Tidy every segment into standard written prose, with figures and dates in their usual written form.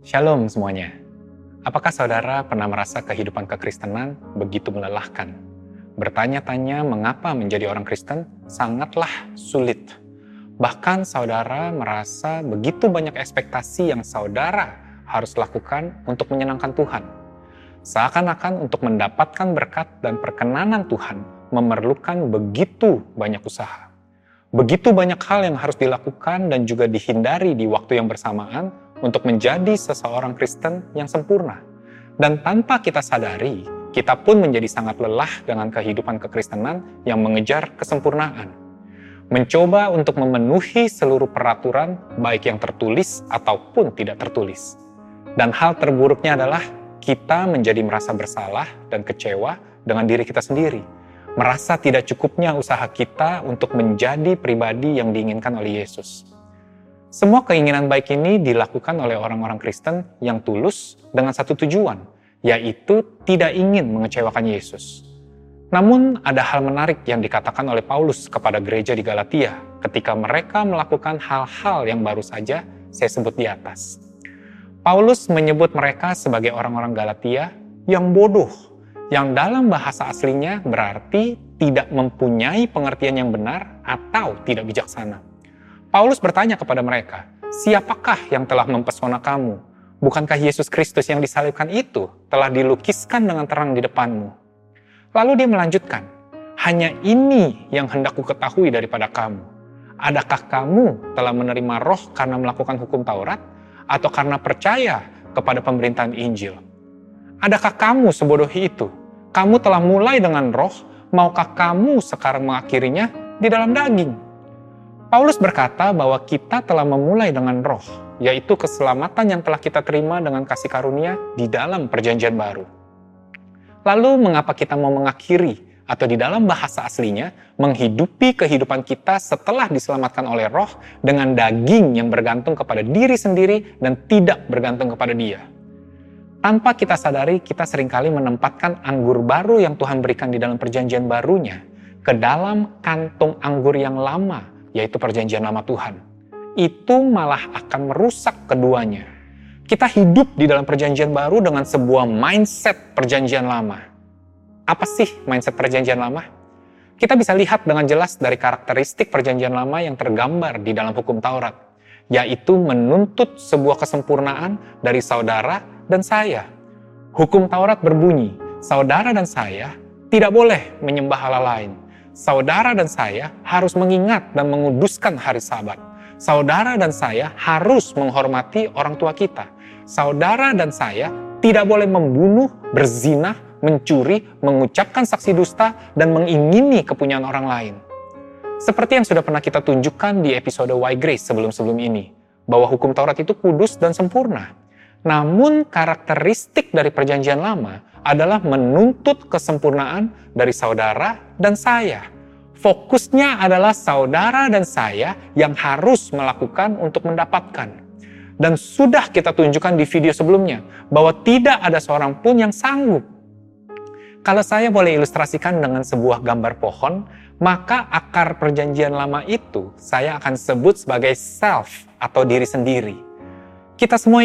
Shalom semuanya. Apakah saudara pernah merasa kehidupan kekristenan begitu melelahkan? Bertanya-tanya mengapa menjadi orang Kristen sangatlah sulit. Bahkan saudara merasa begitu banyak ekspektasi yang saudara harus lakukan untuk menyenangkan Tuhan. Seakan-akan untuk mendapatkan berkat dan perkenanan Tuhan memerlukan begitu banyak usaha. Begitu banyak hal yang harus dilakukan dan juga dihindari di waktu yang bersamaan untuk menjadi seseorang Kristen yang sempurna. Dan tanpa kita sadari, kita pun menjadi sangat lelah dengan kehidupan kekristenan yang mengejar kesempurnaan. Mencoba untuk memenuhi seluruh peraturan, baik yang tertulis ataupun tidak tertulis. Dan hal terburuknya adalah kita menjadi merasa bersalah dan kecewa dengan diri kita sendiri. Merasa tidak cukupnya usaha kita untuk menjadi pribadi yang diinginkan oleh Yesus. Semua keinginan baik ini dilakukan oleh orang-orang Kristen yang tulus dengan satu tujuan, yaitu tidak ingin mengecewakan Yesus. Namun ada hal menarik yang dikatakan oleh Paulus kepada gereja di Galatia ketika mereka melakukan hal-hal yang baru saja saya sebut di atas. Paulus menyebut mereka sebagai orang-orang Galatia yang bodoh, yang dalam bahasa aslinya berarti tidak mempunyai pengertian yang benar atau tidak bijaksana. Paulus bertanya kepada mereka, siapakah yang telah mempesona kamu? Bukankah Yesus Kristus yang disalibkan itu telah dilukiskan dengan terang di depanmu? Lalu dia melanjutkan, hanya ini yang hendak kuketahui daripada kamu. Adakah kamu telah menerima roh karena melakukan hukum Taurat? Atau karena percaya kepada pemerintahan Injil? Adakah kamu sebodoh itu? Kamu telah mulai dengan roh, maukah kamu sekarang mengakhirinya di dalam daging? Paulus berkata bahwa kita telah memulai dengan roh, yaitu keselamatan yang telah kita terima dengan kasih karunia di dalam perjanjian baru. Lalu mengapa kita mau mengakhiri, atau di dalam bahasa aslinya, menghidupi kehidupan kita setelah diselamatkan oleh roh dengan daging yang bergantung kepada diri sendiri dan tidak bergantung kepada dia? Tanpa kita sadari, kita seringkali menempatkan anggur baru yang Tuhan berikan di dalam perjanjian barunya ke dalam kantung anggur yang lama, yaitu perjanjian lama Tuhan. Itu malah akan merusak keduanya. Kita hidup di dalam perjanjian baru dengan sebuah mindset perjanjian lama. Apa sih mindset perjanjian lama? Kita bisa lihat dengan jelas dari karakteristik perjanjian lama yang tergambar di dalam hukum Taurat, yaitu menuntut sebuah kesempurnaan dari saudara dan saya. Hukum Taurat berbunyi, saudara dan saya tidak boleh menyembah Allah lain. Saudara dan saya harus mengingat dan menguduskan hari Sabat. Saudara dan saya harus menghormati orang tua kita. Saudara dan saya tidak boleh membunuh, berzina, mencuri, mengucapkan saksi dusta, dan mengingini kepunyaan orang lain. Seperti yang sudah pernah kita tunjukkan di episode Why Grace sebelum-sebelum ini, bahwa hukum Taurat itu kudus dan sempurna. Namun karakteristik dari perjanjian lama adalah menuntut kesempurnaan dari saudara dan saya. Fokusnya adalah saudara dan saya yang harus melakukan untuk mendapatkan. Dan sudah kita tunjukkan di video sebelumnya, bahwa tidak ada seorang pun yang sanggup. Kalau saya boleh ilustrasikan dengan sebuah gambar pohon, maka akar perjanjian lama itu saya akan sebut sebagai self atau diri sendiri. Kita semua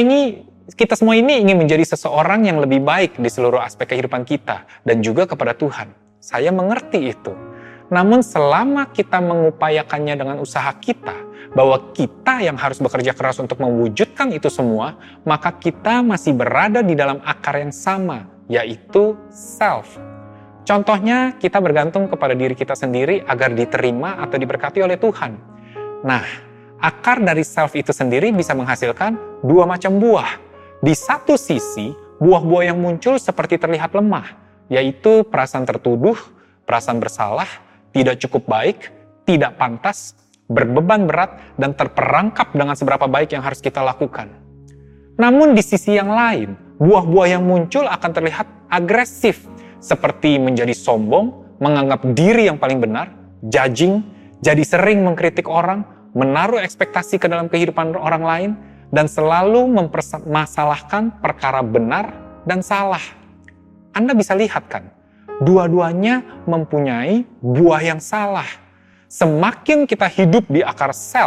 ini ingin menjadi seseorang yang lebih baik di seluruh aspek kehidupan kita dan juga kepada Tuhan. Saya mengerti itu. Namun selama kita mengupayakannya dengan usaha kita, bahwa kita yang harus bekerja keras untuk mewujudkan itu semua, maka kita masih berada di dalam akar yang sama, yaitu self. Contohnya, kita bergantung kepada diri kita sendiri agar diterima atau diberkati oleh Tuhan. Nah, akar dari self itu sendiri bisa menghasilkan dua macam buah. Di satu sisi, buah-buah yang muncul seperti terlihat lemah, yaitu perasaan tertuduh, perasaan bersalah, tidak cukup baik, tidak pantas, berbeban berat, dan terperangkap dengan seberapa baik yang harus kita lakukan. Namun di sisi yang lain, buah-buah yang muncul akan terlihat agresif, seperti menjadi sombong, menganggap diri yang paling benar, judging, jadi sering mengkritik orang, menaruh ekspektasi ke dalam kehidupan orang lain, dan selalu mempermasalahkan perkara benar dan salah. Anda bisa lihat kan, dua-duanya mempunyai buah yang salah. Semakin kita hidup di akar self,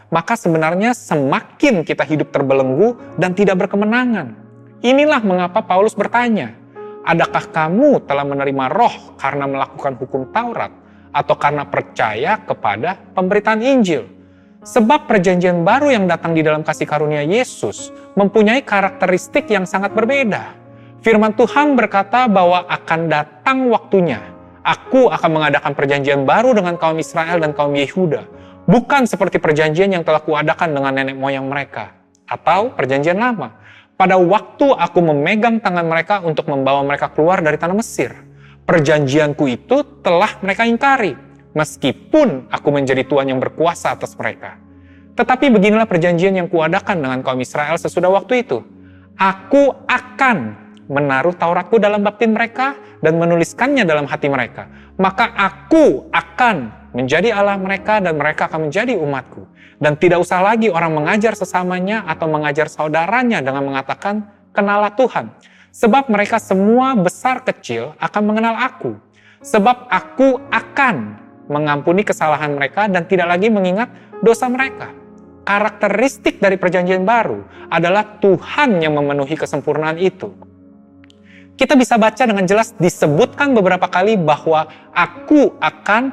maka sebenarnya semakin kita hidup terbelenggu dan tidak berkemenangan. Inilah mengapa Paulus bertanya, adakah kamu telah menerima roh karena melakukan hukum Taurat atau karena percaya kepada pemberitaan Injil? Sebab perjanjian baru yang datang di dalam kasih karunia Yesus mempunyai karakteristik yang sangat berbeda. Firman Tuhan berkata bahwa akan datang waktunya, aku akan mengadakan perjanjian baru dengan kaum Israel dan kaum Yehuda, bukan seperti perjanjian yang telah kuadakan dengan nenek moyang mereka, atau perjanjian lama. Pada waktu aku memegang tangan mereka untuk membawa mereka keluar dari tanah Mesir, perjanjianku itu telah mereka ingkari, meskipun aku menjadi Tuhan yang berkuasa atas mereka. Tetapi beginilah perjanjian yang kuadakan dengan kaum Israel sesudah waktu itu. Aku akan menaruh Tauratku dalam batin mereka dan menuliskannya dalam hati mereka. Maka aku akan menjadi Allah mereka dan mereka akan menjadi umatku. Dan tidak usah lagi orang mengajar sesamanya atau mengajar saudaranya dengan mengatakan, kenalah Tuhan. Sebab mereka semua besar kecil akan mengenal aku. Sebab aku akan mengampuni kesalahan mereka dan tidak lagi mengingat dosa mereka. Karakteristik dari perjanjian baru adalah Tuhan yang memenuhi kesempurnaan itu. Kita bisa baca dengan jelas disebutkan beberapa kali bahwa aku akan,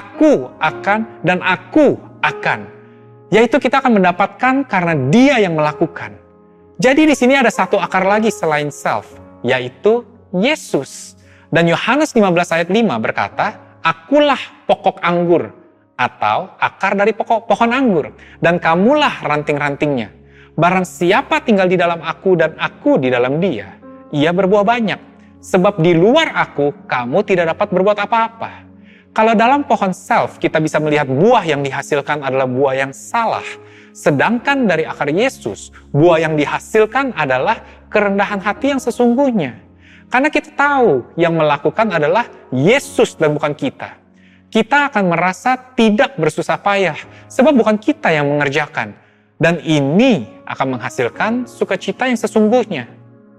dan aku akan. Yaitu kita akan mendapatkan karena Dia yang melakukan. Jadi di sini ada satu akar lagi selain self, yaitu Yesus. Dan Yohanes 15 ayat 5 berkata, akulah pokok anggur atau akar dari pohon anggur, dan kamulah ranting-rantingnya. Barang siapa tinggal di dalam aku dan aku di dalam dia, ia berbuah banyak, sebab di luar aku, kamu tidak dapat berbuat apa-apa. Kalau dalam pohon self, kita bisa melihat buah yang dihasilkan adalah buah yang salah. Sedangkan dari akar Yesus, buah yang dihasilkan adalah kerendahan hati yang sesungguhnya. Karena kita tahu yang melakukan adalah Yesus dan bukan kita. Kita akan merasa tidak bersusah payah, sebab bukan kita yang mengerjakan. Dan ini akan menghasilkan sukacita yang sesungguhnya.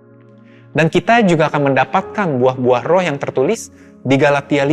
Dan kita juga akan mendapatkan buah-buah roh yang tertulis di Galatia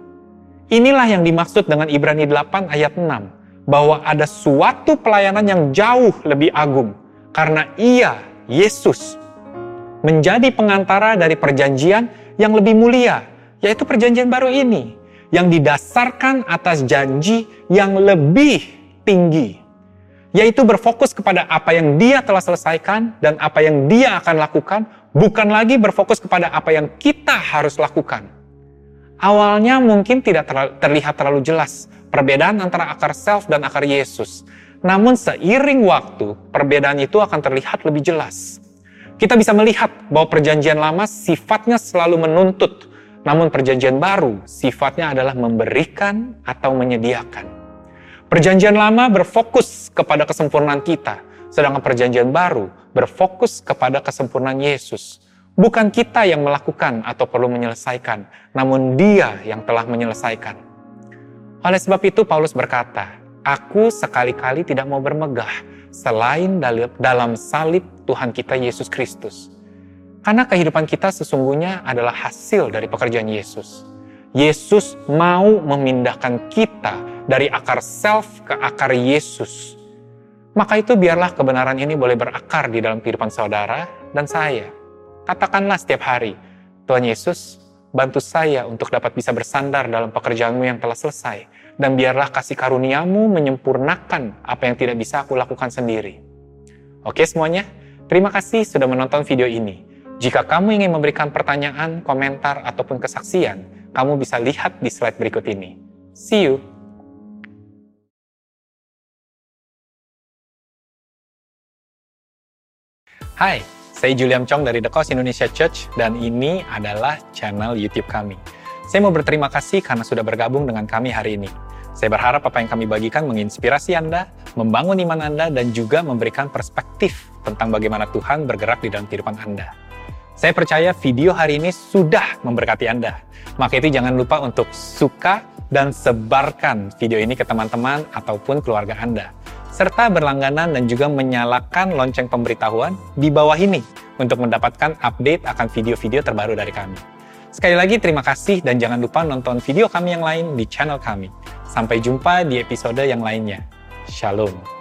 5. Inilah yang dimaksud dengan Ibrani 8 ayat 6. Bahwa ada suatu pelayanan yang jauh lebih agung. Karena Ia, Yesus, menjadi pengantara dari perjanjian yang lebih mulia. Yaitu perjanjian baru ini. Yang didasarkan atas janji yang lebih tinggi. Yaitu berfokus kepada apa yang Dia telah selesaikan dan apa yang Dia akan lakukan, bukan lagi berfokus kepada apa yang kita harus lakukan. Awalnya mungkin tidak terlihat terlalu jelas perbedaan antara akar self dan akar Yesus. Namun seiring waktu, perbedaan itu akan terlihat lebih jelas. Kita bisa melihat bahwa perjanjian lama sifatnya selalu menuntut, namun perjanjian baru sifatnya adalah memberikan atau menyediakan. Perjanjian lama berfokus kepada kesempurnaan kita, sedangkan perjanjian baru berfokus kepada kesempurnaan Yesus. Bukan kita yang melakukan atau perlu menyelesaikan, namun Dia yang telah menyelesaikan. Oleh sebab itu Paulus berkata, aku sekali-kali tidak mau bermegah selain dalam salib Tuhan kita Yesus Kristus. Karena kehidupan kita sesungguhnya adalah hasil dari pekerjaan Yesus. Yesus mau memindahkan kita dari akar self ke akar Yesus. Maka itu biarlah kebenaran ini boleh berakar di dalam kehidupan saudara dan saya. Katakanlah setiap hari, Tuhan Yesus, bantu saya untuk dapat bisa bersandar dalam pekerjaanmu yang telah selesai. Dan biarlah kasih karuniamu menyempurnakan apa yang tidak bisa aku lakukan sendiri. Oke semuanya, terima kasih sudah menonton video ini. Jika kamu ingin memberikan pertanyaan, komentar, ataupun kesaksian, kamu bisa lihat di slide berikut ini. See you! Hai, saya Julian Chong dari The Cause Indonesia Church, dan ini adalah channel YouTube kami. Saya mau berterima kasih karena sudah bergabung dengan kami hari ini. Saya berharap apa yang kami bagikan menginspirasi Anda, membangun iman Anda, dan juga memberikan perspektif tentang bagaimana Tuhan bergerak di dalam kehidupan Anda. Saya percaya video hari ini sudah memberkati Anda. Maka itu jangan lupa untuk suka dan sebarkan video ini ke teman-teman ataupun keluarga Anda. Serta berlangganan dan juga menyalakan lonceng pemberitahuan di bawah ini untuk mendapatkan update akan video-video terbaru dari kami. Sekali lagi terima kasih dan jangan lupa nonton video kami yang lain di channel kami. Sampai jumpa di episode yang lainnya. Shalom.